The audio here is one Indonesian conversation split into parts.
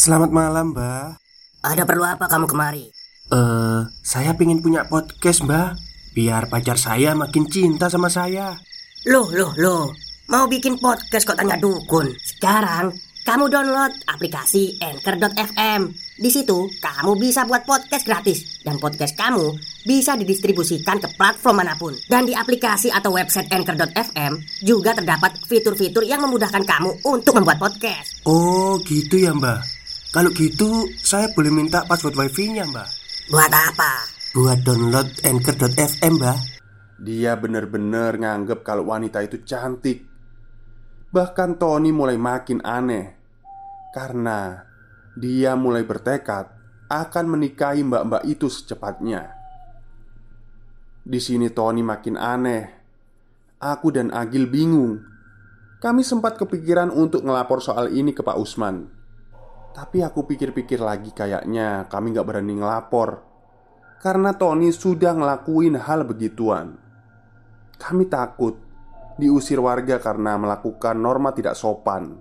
Selamat malam, Mbak. Ada perlu apa kamu kemari? Saya pengen punya podcast, Mbak. Biar pacar saya makin cinta sama saya. Loh. Mau bikin podcast kok tanya dukun? Sekarang kamu download aplikasi Anchor.fm. Di situ kamu bisa buat podcast gratis. Dan podcast kamu bisa didistribusikan ke platform manapun. Dan di aplikasi atau website Anchor.fm juga terdapat fitur-fitur yang memudahkan kamu untuk membuat podcast. Oh, gitu ya, Mbak. Kalau gitu, saya boleh minta password wifi-nya, Mbak. Buat apa? Buat download Anchor.fm, Mbak. Dia benar-benar nganggep kalau wanita itu cantik. Bahkan Tony mulai makin aneh karena dia mulai bertekad akan menikahi mbak-mbak itu secepatnya. Di sini Tony makin aneh. Aku dan Agil bingung. Kami sempat kepikiran untuk ngelapor soal ini ke Pak Usman. Tapi aku pikir-pikir lagi, kayaknya kami gak berani ngelapor karena Tony sudah ngelakuin hal begituan. Kami takut diusir warga karena melakukan norma tidak sopan.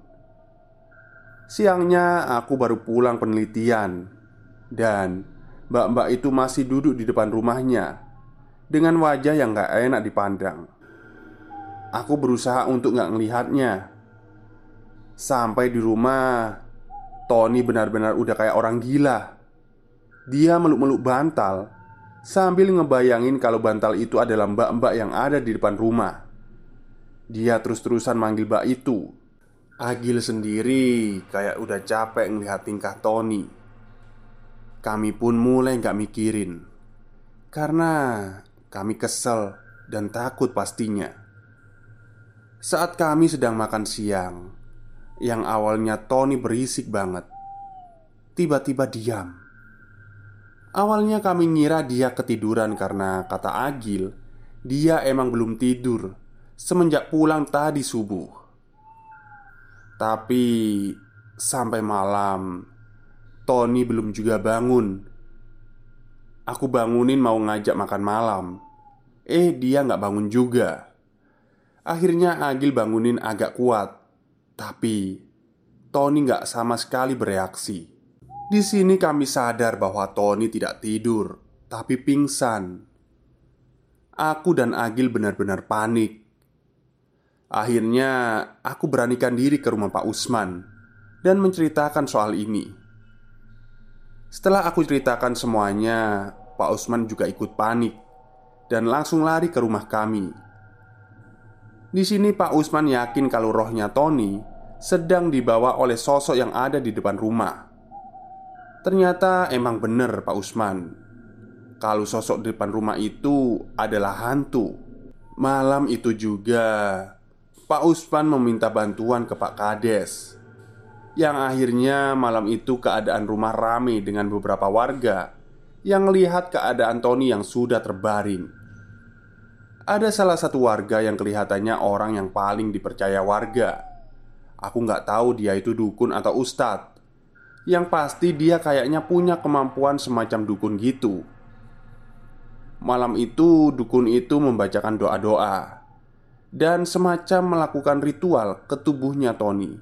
Siangnya aku baru pulang penelitian, dan mbak-mbak itu masih duduk di depan rumahnya dengan wajah yang gak enak dipandang. Aku berusaha untuk gak ngelihatnya. Sampai di rumah, Tony benar-benar udah kayak orang gila. Dia meluk-meluk bantal sambil ngebayangin kalau bantal itu adalah mbak-mbak yang ada di depan rumah. Dia terus-terusan manggil mbak itu. Agil sendiri kayak udah capek ngelihat tingkah Tony. Kami pun mulai gak mikirin karena kami kesel dan takut pastinya. Saat kami sedang makan siang, yang awalnya Tony berisik banget, tiba-tiba diam. Awalnya kami ngira dia ketiduran karena kata Agil, dia emang belum tidur semenjak pulang tadi subuh. Tapi sampai malam Tony belum juga bangun. Aku bangunin mau ngajak makan malam. Dia gak bangun juga. Akhirnya Agil bangunin agak kuat. Tapi Tony gak sama sekali bereaksi. Di sini kami sadar bahwa Tony tidak tidur, tapi pingsan. Aku dan Agil benar-benar panik. Akhirnya aku beranikan diri ke rumah Pak Usman dan menceritakan soal ini. Setelah aku ceritakan semuanya, Pak Usman juga ikut panik dan langsung lari ke rumah kami. Di sini Pak Usman yakin kalau rohnya Tony sedang dibawa oleh sosok yang ada di depan rumah. Ternyata emang benar Pak Usman, kalau sosok di depan rumah itu adalah hantu. Malam itu juga Pak Usman meminta bantuan ke Pak Kades. Yang akhirnya malam itu keadaan rumah ramai dengan beberapa warga yang melihat keadaan Tony yang sudah terbaring. Ada salah satu warga yang kelihatannya orang yang paling dipercaya warga. Aku nggak tahu dia itu dukun atau ustadz. Yang pasti dia kayaknya punya kemampuan semacam dukun gitu. Malam itu dukun itu membacakan doa-doa dan semacam melakukan ritual ke tubuhnya Tony.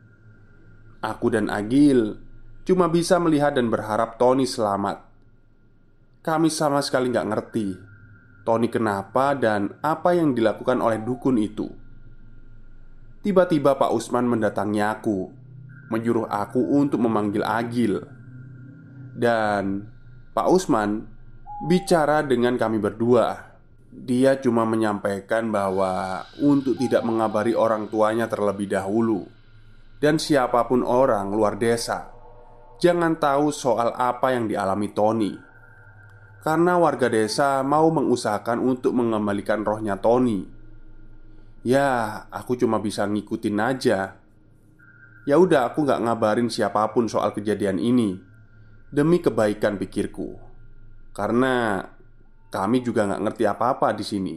Aku dan Agil cuma bisa melihat dan berharap Tony selamat. Kami sama sekali nggak ngerti Tony kenapa dan apa yang dilakukan oleh dukun itu. Tiba-tiba Pak Usman mendatangi aku, menyuruh aku untuk memanggil Agil. Dan Pak Usman bicara dengan kami berdua. Dia cuma menyampaikan bahwa untuk tidak mengabari orang tuanya terlebih dahulu, dan siapapun orang luar desa jangan tahu soal apa yang dialami Tony, karena warga desa mau mengusahakan untuk mengembalikan rohnya Tony. Ya, aku cuma bisa ngikutin aja. Ya udah, aku gak ngabarin siapapun soal kejadian ini demi kebaikan pikirku, karena kami juga gak ngerti apa-apa di sini.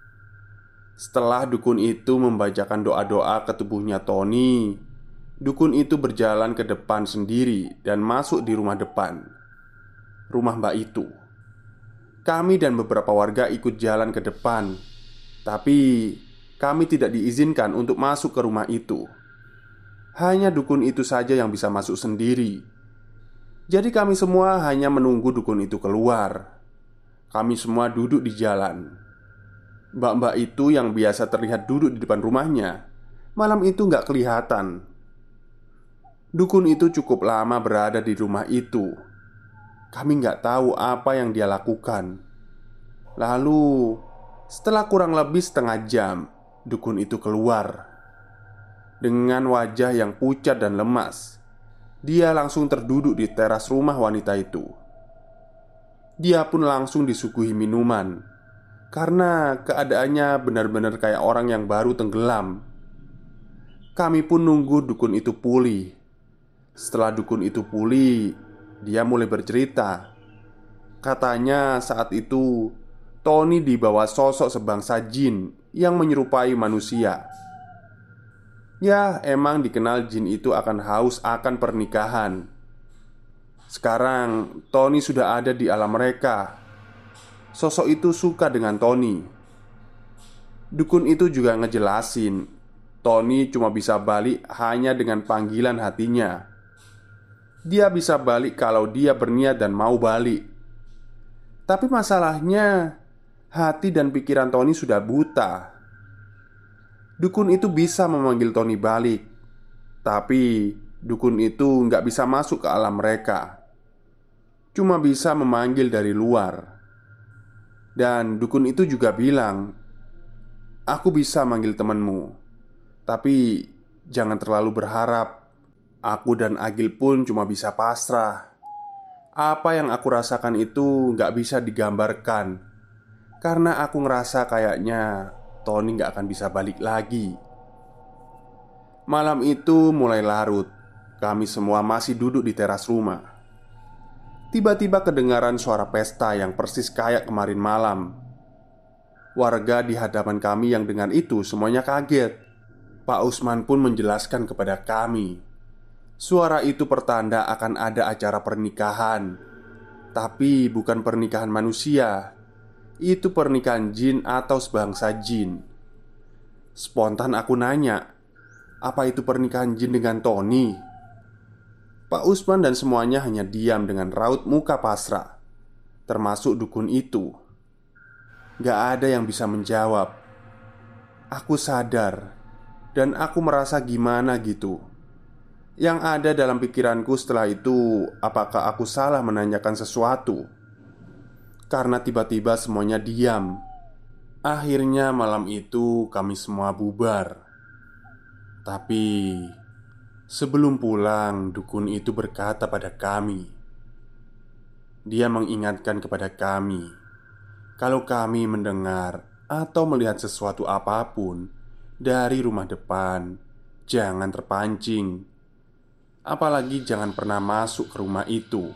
Setelah dukun itu membacakan doa-doa ke tubuhnya Tony, dukun itu berjalan ke depan sendiri dan masuk di rumah depan, rumah mbak itu. Kami dan beberapa warga ikut jalan ke depan, tapi kami tidak diizinkan untuk masuk ke rumah itu. hanya dukun itu saja yang bisa masuk sendiri. Jadi kami semua hanya menunggu dukun itu keluar. Kami semua duduk di jalan. Mbak-mbak itu yang biasa terlihat duduk di depan rumahnya, malam itu nggak kelihatan. Dukun itu cukup lama berada di rumah itu. Kami nggak tahu apa yang dia lakukan. Lalu, setelah kurang lebih setengah jam, dukun itu keluar. Dengan wajah yang pucat dan lemas, dia langsung terduduk di teras rumah wanita itu. Dia pun langsung disuguhi minuman, karena keadaannya benar-benar kayak orang yang baru tenggelam. Kami pun nunggu dukun itu pulih. Setelah dukun itu pulih, dia mulai bercerita. Katanya saat itu Tony dibawa sosok sebangsa jin yang menyerupai manusia. Ya, emang dikenal jin itu akan haus akan pernikahan. Sekarang Tony sudah ada di alam mereka. Sosok itu suka dengan Tony. Dukun itu juga ngejelasin Tony cuma bisa balik hanya dengan panggilan hatinya. Dia bisa balik kalau dia berniat dan mau balik. Tapi masalahnya, hati dan pikiran Tony sudah buta. Dukun itu bisa memanggil Tony balik, tapi dukun itu nggak bisa masuk ke alam mereka. Cuma bisa memanggil dari luar. Dan dukun itu juga bilang, "Aku bisa manggil temanmu, tapi jangan terlalu berharap. Aku dan Agil pun cuma bisa pasrah. Apa yang aku rasakan itu nggak bisa digambarkan, karena aku ngerasa kayaknya Tony gak akan bisa balik lagi." Malam itu mulai larut. Kami semua masih duduk di teras rumah. Tiba-tiba kedengaran suara pesta yang persis kayak kemarin malam. Warga di hadapan kami yang dengan itu semuanya kaget. Pak Usman pun menjelaskan kepada kami, suara itu pertanda akan ada acara pernikahan. Tapi bukan pernikahan manusia. Itu pernikahan jin atau sebangsa jin. Spontan aku nanya, "Apa itu pernikahan jin dengan Tony?" Pak Usman dan semuanya hanya diam dengan raut muka pasrah, termasuk dukun itu. Gak ada yang bisa menjawab. Aku sadar, dan aku merasa gimana gitu. Yang ada dalam pikiranku setelah itu, apakah aku salah menanyakan sesuatu? Karena tiba-tiba semuanya diam. Akhirnya malam itu kami semua bubar. Tapi sebelum pulang, dukun itu berkata pada kami. Dia mengingatkan kepada kami, kalau kami mendengar atau melihat sesuatu apapun dari rumah depan, jangan terpancing. Apalagi jangan pernah masuk ke rumah itu.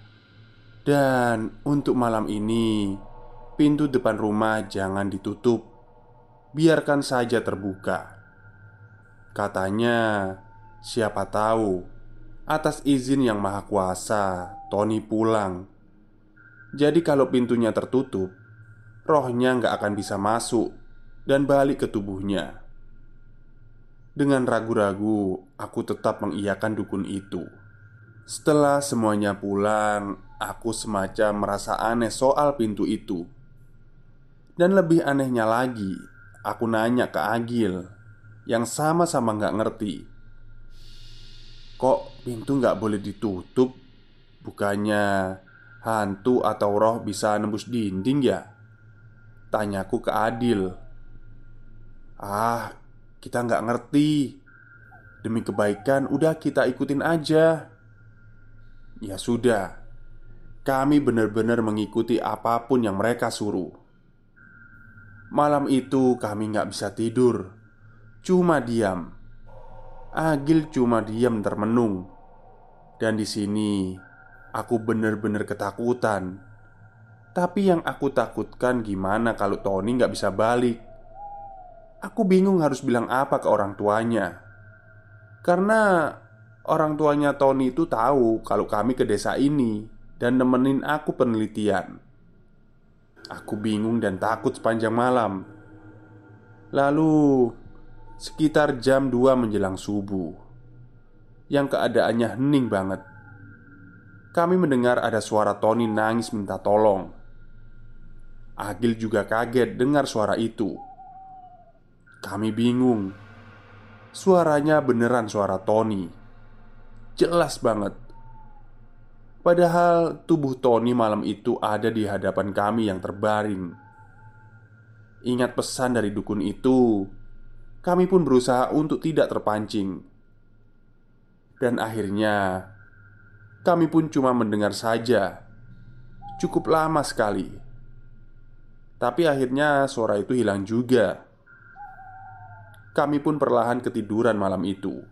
Dan untuk malam ini, pintu depan rumah jangan ditutup. Biarkan saja terbuka. Katanya, siapa tahu atas izin yang maha kuasa, Tony pulang. Jadi kalau pintunya tertutup, rohnya nggak akan bisa masuk dan balik ke tubuhnya. Dengan ragu-ragu, aku tetap mengiyakan dukun itu. Setelah semuanya pulang, aku semacam merasa aneh soal pintu itu. Dan lebih anehnya lagi, aku nanya ke Agil yang sama-sama nggak ngerti. Kok pintu nggak boleh ditutup? Bukannya hantu atau roh bisa nembus dinding ya? Tanyaku ke Adil. "Ah, kita nggak ngerti. Demi kebaikan udah kita ikutin aja." Ya sudah, kami benar-benar mengikuti apapun yang mereka suruh. Malam itu kami nggak bisa tidur, cuma diam. Agil cuma diam termenung. Dan di sini aku benar-benar ketakutan. Tapi yang aku takutkan gimana kalau Tony nggak bisa balik. Aku bingung harus bilang apa ke orang tuanya. Karena orang tuanya Tony itu tahu kalau kami ke desa ini dan nemenin aku penelitian. Aku bingung dan takut sepanjang malam. Lalu sekitar jam 2 menjelang subuh, yang keadaannya hening banget. Kami mendengar ada suara Tony nangis minta tolong. Agil juga kaget dengar suara itu. Kami bingung. Suaranya beneran suara Tony. Jelas banget. Padahal tubuh Tony malam itu ada di hadapan kami yang terbaring. Ingat pesan dari dukun itu, kami pun berusaha untuk tidak terpancing. Dan akhirnya kami pun cuma mendengar saja. Cukup lama sekali. Tapi akhirnya suara itu hilang juga. Kami pun perlahan ketiduran malam itu.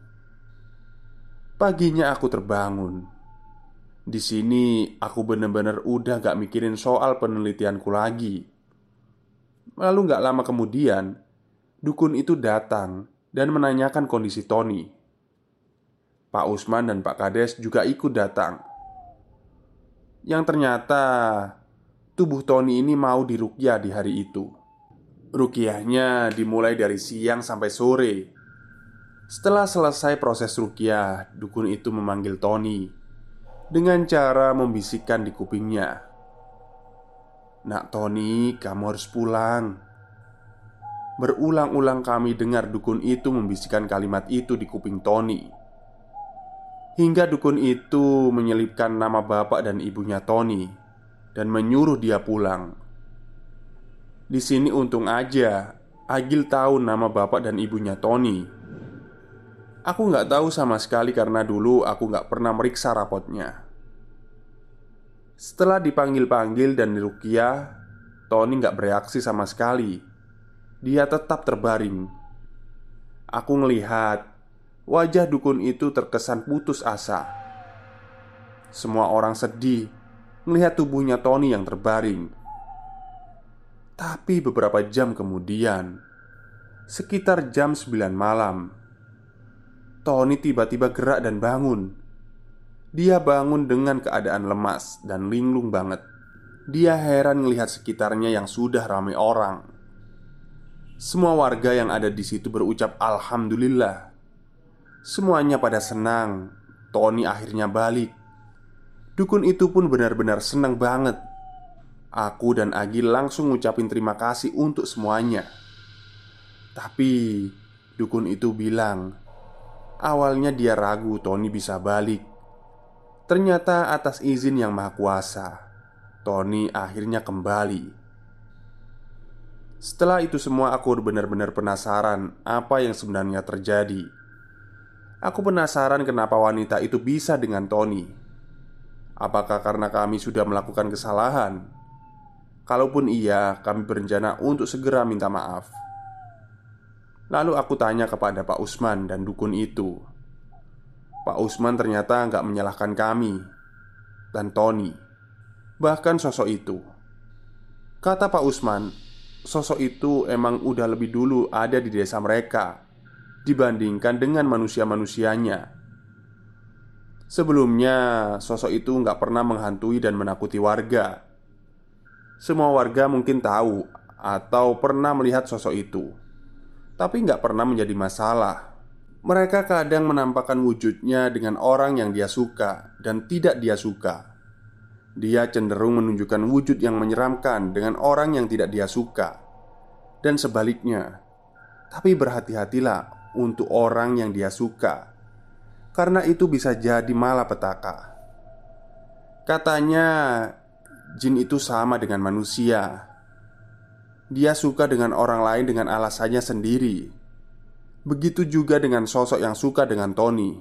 Paginya aku terbangun. Di sini aku bener-bener udah gak mikirin soal penelitianku lagi. Lalu gak lama kemudian, dukun itu datang dan menanyakan kondisi Tony. Pak Usman dan Pak Kades juga ikut datang. Yang ternyata tubuh Tony ini mau diruqyah di hari itu. Ruqyahnya dimulai dari siang sampai sore. Setelah selesai proses ruqyah, dukun itu memanggil Tony dengan cara membisikkan di kupingnya, "Nak Tony, kamu harus pulang." Berulang-ulang kami dengar dukun itu membisikkan kalimat itu di kuping Tony, hingga dukun itu menyelipkan nama bapak dan ibunya Tony dan menyuruh dia pulang. Di sini untung aja Agil tahu nama bapak dan ibunya Tony. Aku nggak tahu sama sekali karena dulu aku nggak pernah meriksa rapotnya. Setelah dipanggil-panggil dan diruqyah, Tony nggak bereaksi sama sekali. Dia tetap terbaring. Aku ngelihat wajah dukun itu terkesan putus asa. Semua orang sedih melihat tubuhnya Tony yang terbaring. Tapi beberapa jam kemudian, sekitar jam 9 malam, Tony tiba-tiba gerak dan bangun. Dia bangun dengan keadaan lemas dan linglung banget. Dia heran melihat sekitarnya yang sudah ramai orang. Semua warga yang ada di situ berucap alhamdulillah. Semuanya pada senang Tony akhirnya balik. Dukun itu pun benar-benar senang banget. Aku dan Agil langsung ngucapin terima kasih untuk semuanya. Tapi dukun itu bilang, awalnya dia ragu Tony bisa balik. Ternyata atas izin yang maha kuasa, Tony akhirnya kembali. Setelah itu semua aku benar-benar penasaran apa yang sebenarnya terjadi. Aku penasaran kenapa wanita itu bisa dengan Tony. Apakah karena kami sudah melakukan kesalahan? Kalaupun iya, kami berencana untuk segera minta maaf. Lalu aku tanya kepada Pak Usman dan dukun itu. Pak Usman ternyata nggak menyalahkan kami dan Tony, bahkan sosok itu. Kata Pak Usman, sosok itu emang udah lebih dulu ada di desa mereka dibandingkan dengan manusia-manusianya. Sebelumnya, sosok itu nggak pernah menghantui dan menakuti warga. Semua warga mungkin tahu atau pernah melihat sosok itu, tapi nggak pernah menjadi masalah. Mereka kadang menampakkan wujudnya dengan orang yang dia suka dan tidak dia suka. Dia cenderung menunjukkan wujud yang menyeramkan dengan orang yang tidak dia suka, dan sebaliknya. Tapi berhati-hatilah untuk orang yang dia suka, karena itu bisa jadi malapetaka. Katanya jin itu sama dengan manusia. Dia suka dengan orang lain dengan alasannya sendiri. Begitu juga dengan sosok yang suka dengan Tony.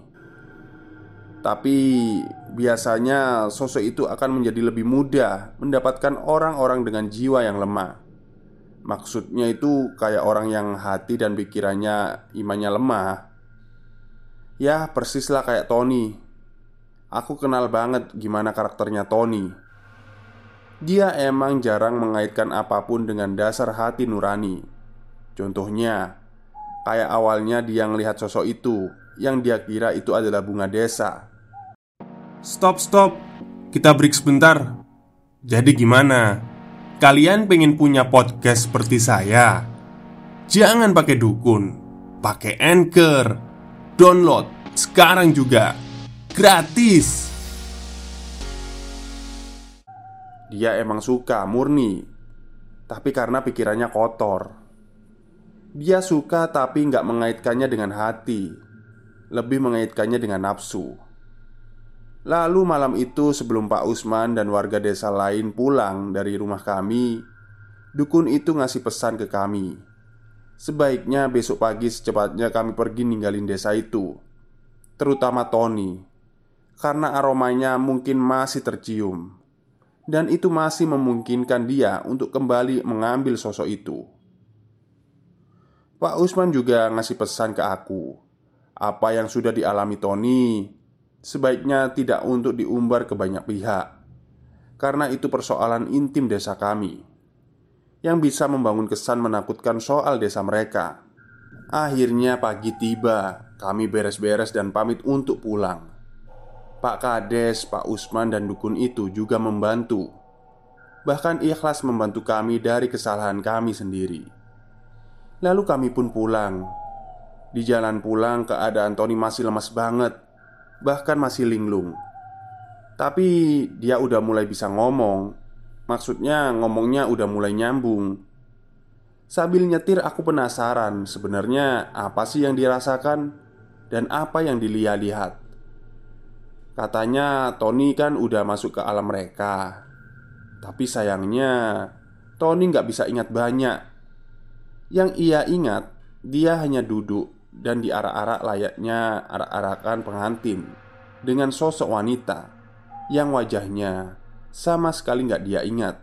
Tapi biasanya sosok itu akan menjadi lebih mudah mendapatkan orang-orang dengan jiwa yang lemah. Maksudnya itu kayak orang yang hati dan pikirannya, imannya lemah. Ya persislah kayak Tony. Aku kenal banget gimana karakternya Tony. Dia emang jarang mengaitkan apapun dengan dasar hati nurani. Contohnya, kayak awalnya dia ngelihat sosok itu yang dia kira itu adalah bunga desa. Stop, kita break sebentar. Jadi gimana? Kalian pengen punya podcast seperti saya? Jangan pakai dukun, pakai Anchor. Download sekarang juga, gratis. Dia emang suka murni, tapi karena pikirannya kotor. Dia suka tapi nggak mengaitkannya dengan hati, lebih mengaitkannya dengan nafsu. Lalu malam itu sebelum Pak Usman dan warga desa lain pulang dari rumah kami, dukun itu ngasih pesan ke kami. Sebaiknya besok pagi secepatnya kami pergi ninggalin desa itu, terutama Tony, karena aromanya mungkin masih tercium. Dan itu masih memungkinkan dia untuk kembali mengambil sosok itu. Pak Usman juga ngasih pesan ke aku, apa yang sudah dialami Tony sebaiknya tidak untuk diumbar ke banyak pihak, karena itu persoalan intim desa kami yang bisa membangun kesan menakutkan soal desa mereka. Akhirnya pagi tiba, kami beres-beres dan pamit untuk pulang. Pak Kades, Pak Usman dan dukun itu juga membantu. Bahkan ikhlas membantu kami dari kesalahan kami sendiri. Lalu kami pun pulang. Di jalan pulang keadaan Tony masih lemas banget, bahkan masih linglung. Tapi dia udah mulai bisa ngomong. Maksudnya ngomongnya udah mulai nyambung. Sambil nyetir aku penasaran sebenarnya apa sih yang dirasakan dan apa yang dilihat-lihat. Katanya Tony kan udah masuk ke alam mereka. Tapi sayangnya Tony nggak bisa ingat banyak. Yang ia ingat, dia hanya duduk dan diarak-arak layaknya arak-arakan pengantin dengan sosok wanita yang wajahnya sama sekali nggak dia ingat.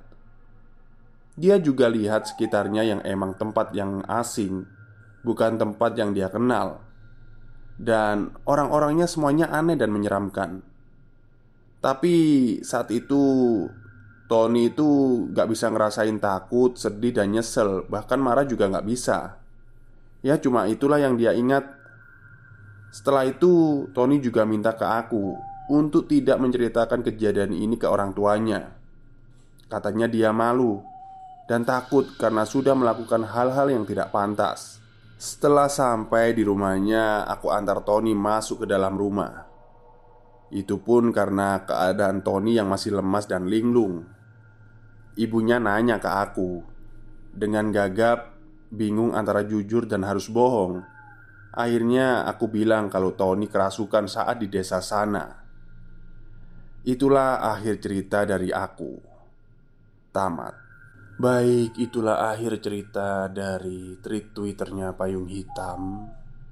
Dia juga lihat sekitarnya yang emang tempat yang asing, bukan tempat yang dia kenal. Dan orang-orangnya semuanya aneh dan menyeramkan. Tapi saat itu Tony itu gak bisa ngerasain takut, sedih, dan nyesel. Bahkan marah juga gak bisa. Ya cuma itulah yang dia ingat. Setelah itu Tony juga minta ke aku untuk tidak menceritakan kejadian ini ke orang tuanya. Katanya dia malu dan takut karena sudah melakukan hal-hal yang tidak pantas. Setelah sampai di rumahnya, aku antar Tony masuk ke dalam rumah. Itu pun karena keadaan Tony yang masih lemas dan linglung. Ibunya nanya ke aku dengan gagap, bingung antara jujur dan harus bohong. Akhirnya aku bilang kalau Tony kerasukan saat di desa sana. Itulah akhir cerita dari aku. Tamat. Baik, itulah akhir cerita dari tweet Twitternya Payung Hitam.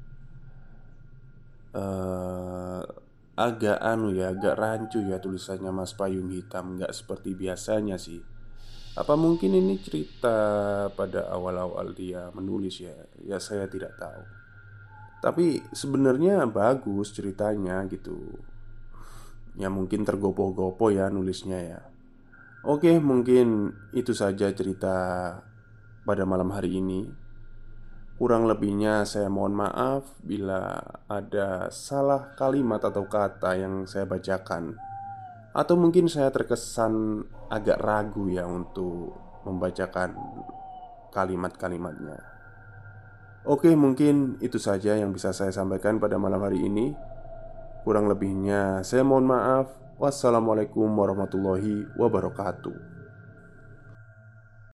Agak agak rancu ya tulisannya Mas Payung Hitam. Nggak seperti biasanya sih. Apa mungkin ini cerita pada awal-awal dia menulis ya? Ya saya tidak tahu. Tapi sebenarnya bagus ceritanya gitu. Ya mungkin tergopoh-gopoh ya nulisnya ya. Oke, mungkin itu saja cerita pada malam hari ini. Kurang lebihnya saya mohon maaf bila ada salah kalimat atau kata yang saya bacakan. Atau mungkin saya terkesan agak ragu ya untuk membacakan kalimat-kalimatnya. Oke, mungkin itu saja yang bisa saya sampaikan pada malam hari ini. Kurang lebihnya saya mohon maaf. Wassalamualaikum warahmatullahi wabarakatuh.